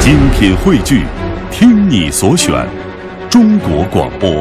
精品汇聚，听你所选，中国广播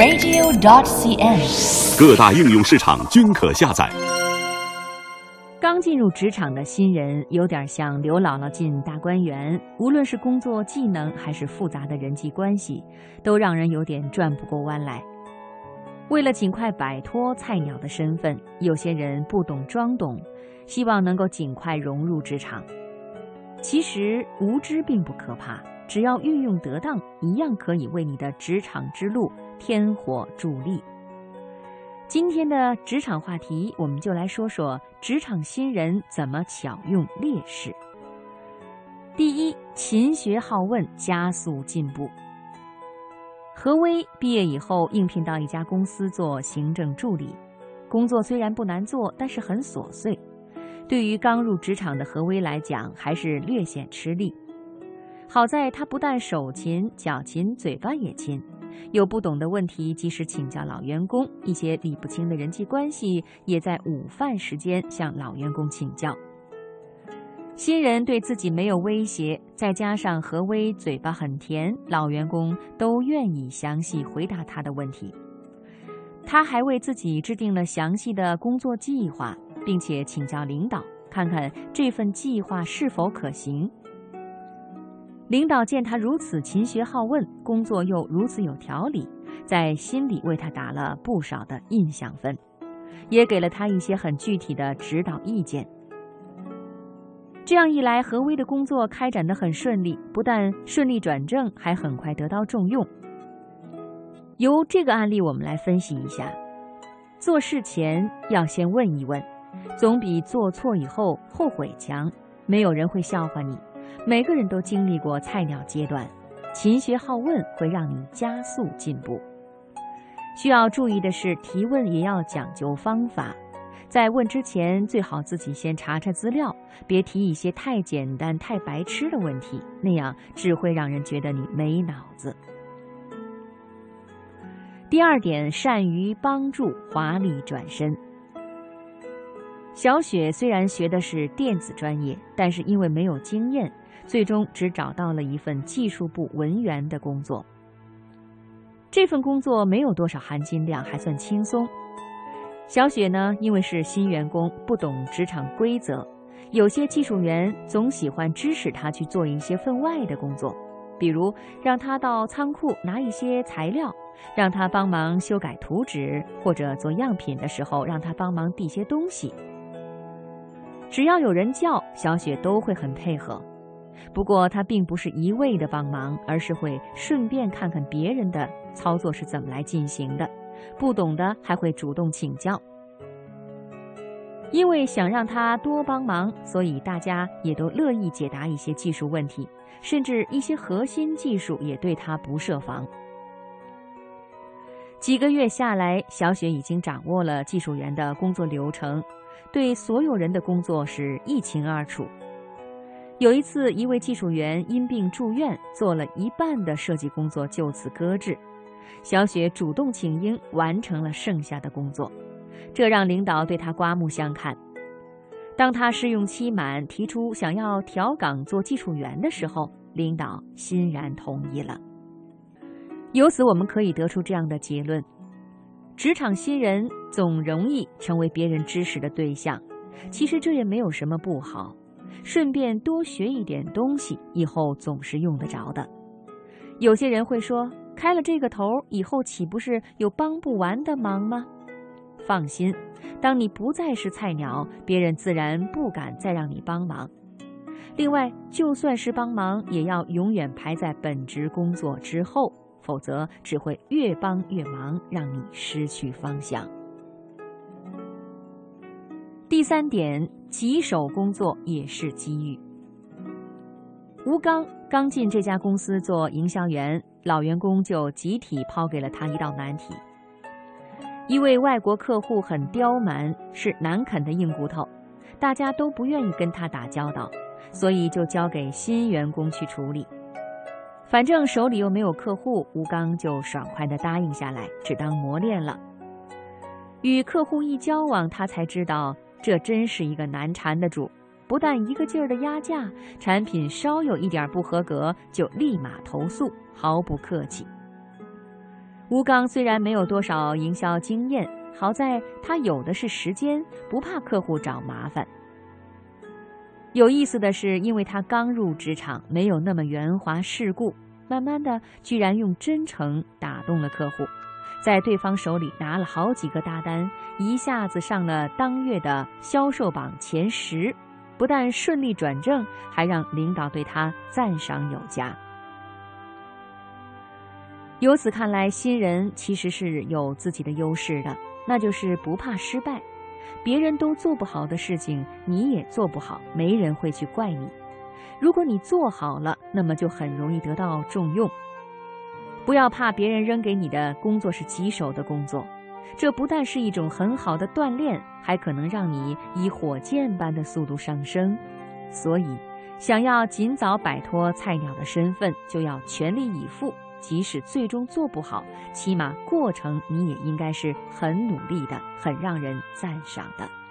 radio.cn， 各大应用市场均可下载。 刚进入职场的新人有点像刘姥姥进大观园，无论是工作技能还是复杂的人际关系，都让人有点转不过弯来。为了尽快摆脱菜鸟的身份，有些人不懂装懂，希望能够尽快融入职场。其实无知并不可怕，只要运用得当，一样可以为你的职场之路添火助力。今天的职场话题，我们就来说说职场新人怎么巧用劣势。第一，勤学好问，加速进步。何薇毕业以后应聘到一家公司做行政助理，工作虽然不难做，但是很琐碎。对于刚入职场的何薇来讲，还是略显吃力。好在她不但手勤、脚勤、嘴巴也勤，有不懂的问题及时请教老员工，一些理不清的人际关系也在午饭时间向老员工请教。新人对自己没有威胁，再加上何薇嘴巴很甜，老员工都愿意详细回答他的问题。他还为自己制定了详细的工作计划，并且请教领导，看看这份计划是否可行。领导见他如此勤学好问，工作又如此有条理，在心里为他打了不少的印象分，也给了他一些很具体的指导意见。这样一来，何薇的工作开展得很顺利，不但顺利转正，还很快得到重用。由这个案例我们来分析一下，做事前要先问一问，总比做错以后后悔强。没有人会笑话你，每个人都经历过菜鸟阶段，勤学好问会让你加速进步。需要注意的是，提问也要讲究方法，在问之前最好自己先查查资料，别提一些太简单太白痴的问题，那样只会让人觉得你没脑子。第二点，善于帮助，华丽转身。小雪虽然学的是电子专业，但是因为没有经验，最终只找到了一份技术部文员的工作。这份工作没有多少含金量，还算轻松。小雪呢，因为是新员工，不懂职场规则，有些技术员总喜欢指使她去做一些分外的工作，比如让她到仓库拿一些材料，让她帮忙修改图纸，或者做样品的时候让她帮忙递些东西。只要有人叫，小雪都会很配合。不过她并不是一味的帮忙，而是会顺便看看别人的操作是怎么来进行的，不懂的还会主动请教。因为想让她多帮忙，所以大家也都乐意解答一些技术问题，甚至一些核心技术也对她不设防。几个月下来，小雪已经掌握了技术员的工作流程，对所有人的工作是一清二楚。有一次，一位技术员因病住院，做了一半的设计工作就此搁置，小雪主动请缨，完成了剩下的工作，这让领导对她刮目相看。当她试用期满，提出想要调岗做技术员的时候，领导欣然同意了。由此我们可以得出这样的结论：职场新人总容易成为别人指使的对象，其实这也没有什么不好，顺便多学一点东西，以后总是用得着的。有些人会说，开了这个头，以后岂不是有帮不完的忙吗？放心，当你不再是菜鸟，别人自然不敢再让你帮忙。另外，就算是帮忙，也要永远排在本职工作之后，否则只会越帮越忙，让你失去方向。第三点，棘手工作也是机遇。吴刚进这家公司做营销员，老员工就集体抛给了他一道难题。一位外国客户很刁蛮，是难啃的硬骨头，大家都不愿意跟他打交道，所以就交给新员工去处理。反正手里又没有客户，吴刚就爽快地答应下来，只当磨练了。与客户一交往，他才知道这真是一个难缠的主。 不但一个劲儿的压价，产品稍有一点不合格就立马投诉，毫不客气。吴刚虽然没有多少营销经验，好在他有的是时间，不怕客户找麻烦。有意思的是，因为他刚入职场，没有那么圆滑世故，慢慢的居然用真诚打动了客户，在对方手里拿了好几个大单，一下子上了当月的销售榜前10，不但顺利转正，还让领导对他赞赏有加。由此看来，新人其实是有自己的优势的，那就是不怕失败。别人都做不好的事情，你也做不好，没人会去怪你。如果你做好了，那么就很容易得到重用。不要怕别人扔给你的工作是棘手的工作，这不但是一种很好的锻炼，还可能让你以火箭般的速度上升。所以，想要尽早摆脱菜鸟的身份，就要全力以赴。即使最终做不好，起码过程你也应该是很努力的，很让人赞赏的。